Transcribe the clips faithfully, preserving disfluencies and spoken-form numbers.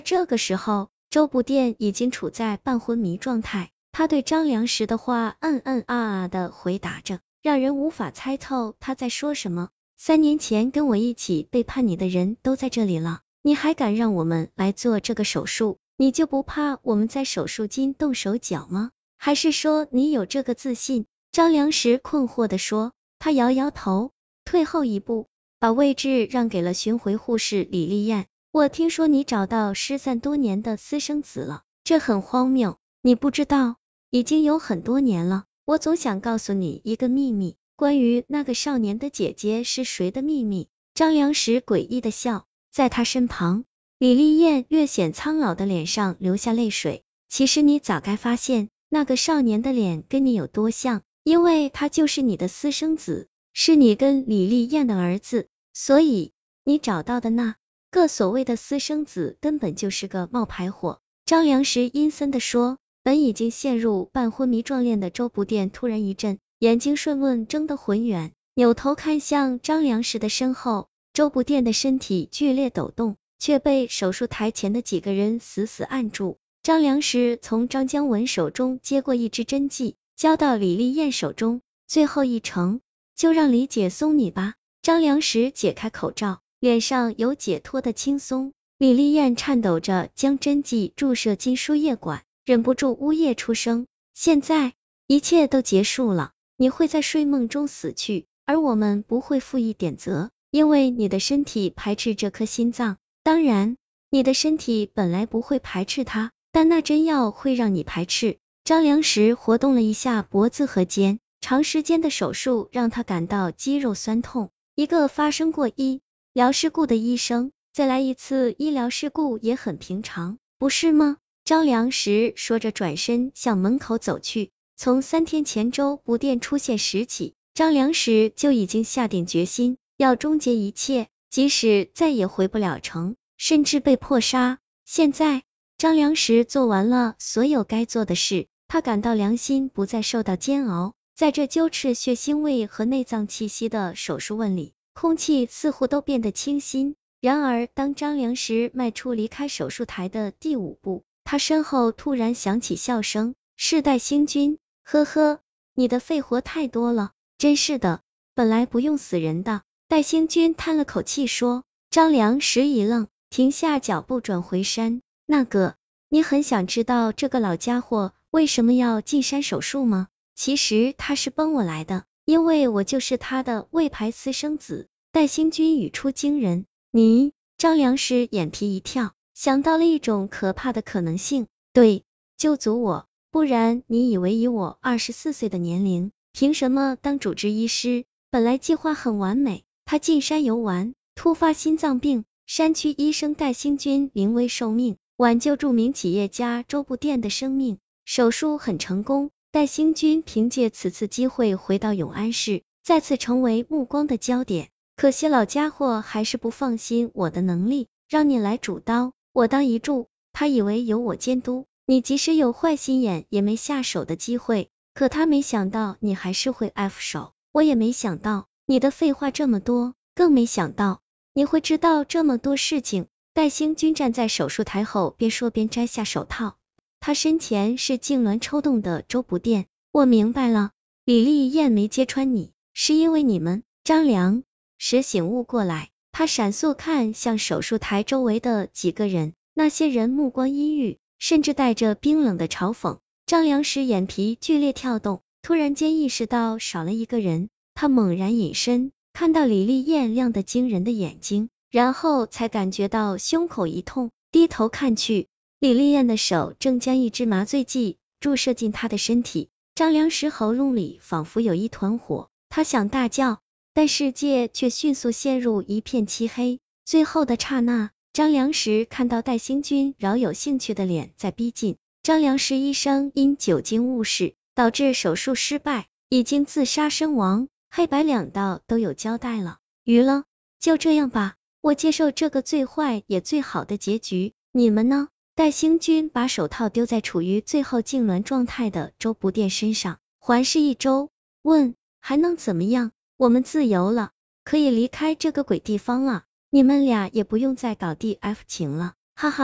这个时候，周不殿已经处在半昏迷状态，他对张良石的话嗯嗯啊啊的回答着，让人无法猜透他在说什么。三年前跟我一起背叛你的人都在这里了，你还敢让我们来做这个手术？你就不怕我们在手术间动手脚吗？还是说你有这个自信？张良石困惑的说。他摇摇头，退后一步，把位置让给了巡回护士李丽燕。我听说你找到失散多年的私生子了，这很荒谬，你不知道，已经有很多年了。我总想告诉你一个秘密，关于那个少年的姐姐是谁的秘密。张良石诡异的笑，在他身旁，李丽燕略显苍老的脸上流下泪水。其实你早该发现，那个少年的脸跟你有多像，因为他就是你的私生子，是你跟李丽燕的儿子，所以你找到的那个所谓的私生子根本就是个冒牌货。张良石阴森地说。本已经陷入半昏迷状态的周不殿突然一震，眼睛瞬问睁得浑圆，扭头看向张良石的身后。周不殿的身体剧烈抖动，却被手术台前的几个人死死按住。张良石从张姜文手中接过一支针剂，交到李丽燕手中，最后一程，就让李姐松你吧。张良石解开口罩，脸上有解脱的轻松。李丽燕颤抖着将针剂注射进输液管，忍不住呜咽出声。现在一切都结束了，你会在睡梦中死去，而我们不会负一点责，因为你的身体排斥这颗心脏。当然，你的身体本来不会排斥它，但那针药会让你排斥。张良石活动了一下脖子和肩，长时间的手术让他感到肌肉酸痛。一个发生过医疗事故的医生，再来一次医疗事故也很平常，不是吗？张良石说着转身向门口走去。从三天前周不殿出现时起，张良石就已经下定决心要终结一切，即使再也回不了城，甚至被迫杀。现在张良石做完了所有该做的事，他感到良心不再受到煎熬。在这揪斥血腥味和内脏气息的手术问里，空气似乎都变得清新。然而当张良石迈出离开手术台的第五步，他身后突然响起笑声，是戴星君，呵呵，你的肺活太多了，真是的，本来不用死人的。戴星君叹了口气说。张良石一愣，停下脚步转回山。那个，你很想知道这个老家伙为什么要进山手术吗？其实他是帮我来的，因为我就是他的未排私生子。戴星君语出惊人。你？张良石眼皮一跳，想到了一种可怕的可能性。对，救足我，不然你以为以我二十四岁的年龄，凭什么当主治医师？本来计划很完美，他进山游玩，突发心脏病，山区医生戴星君临危受命，挽救著名企业家周不殿的生命。手术很成功，戴星君凭借此次机会回到永安市，再次成为目光的焦点。可惜老家伙还是不放心我的能力，让你来主刀，我当一助。他以为有我监督，你即使有坏心眼也没下手的机会，可他没想到你还是会 F 手，我也没想到你的废话这么多，更没想到你会知道这么多事情。戴星君站在手术台后，边说边摘下手套。他身前是痉挛抽动的周不殿。我明白了，李丽燕没揭穿你，是因为你们。张良石醒悟过来，他闪烁看向手术台周围的几个人，那些人目光阴郁，甚至带着冰冷的嘲讽。张良石眼皮剧烈跳动，突然间意识到少了一个人，他猛然隐身，看到李丽燕亮得惊人的眼睛，然后才感觉到胸口一痛，低头看去，李丽燕的手正将一支麻醉剂注射进他的身体。张良石喉咙里仿佛有一团火，他想大叫，但世界却迅速陷入一片漆黑。最后的刹那，张良石看到戴星君饶有兴趣的脸在逼近。张良石医生因酒精误事导致手术失败，已经自杀身亡，黑白两道都有交代了。余了，就这样吧，我接受这个最坏也最好的结局，你们呢？戴星君把手套丢在处于最后痉挛状态的周不殿身上，环视一周，问，还能怎么样？我们自由了，可以离开这个鬼地方了，你们俩也不用再搞 D F 情了，哈哈。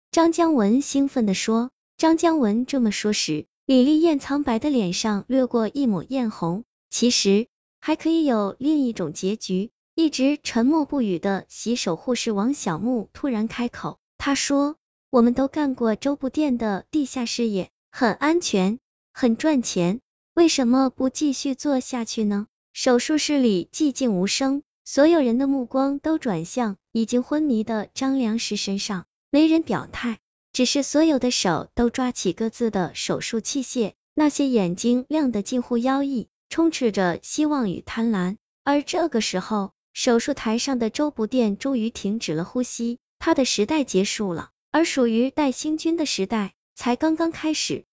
张姜文兴奋地说。张姜文这么说时，李丽艳苍白的脸上掠过一抹艳红。其实还可以有另一种结局。一直沉默不语的洗手护士王小木突然开口，他说，我们都干过周部店的地下事业，很安全，很赚钱，为什么不继续做下去呢？手术室里寂静无声，所有人的目光都转向已经昏迷的张良石身上，没人表态，只是所有的手都抓起各自的手术器械，那些眼睛亮得近乎妖异，充斥着希望与贪婪。而这个时候，手术台上的周不电终于停止了呼吸，他的时代结束了，而属于戴星君的时代才刚刚开始。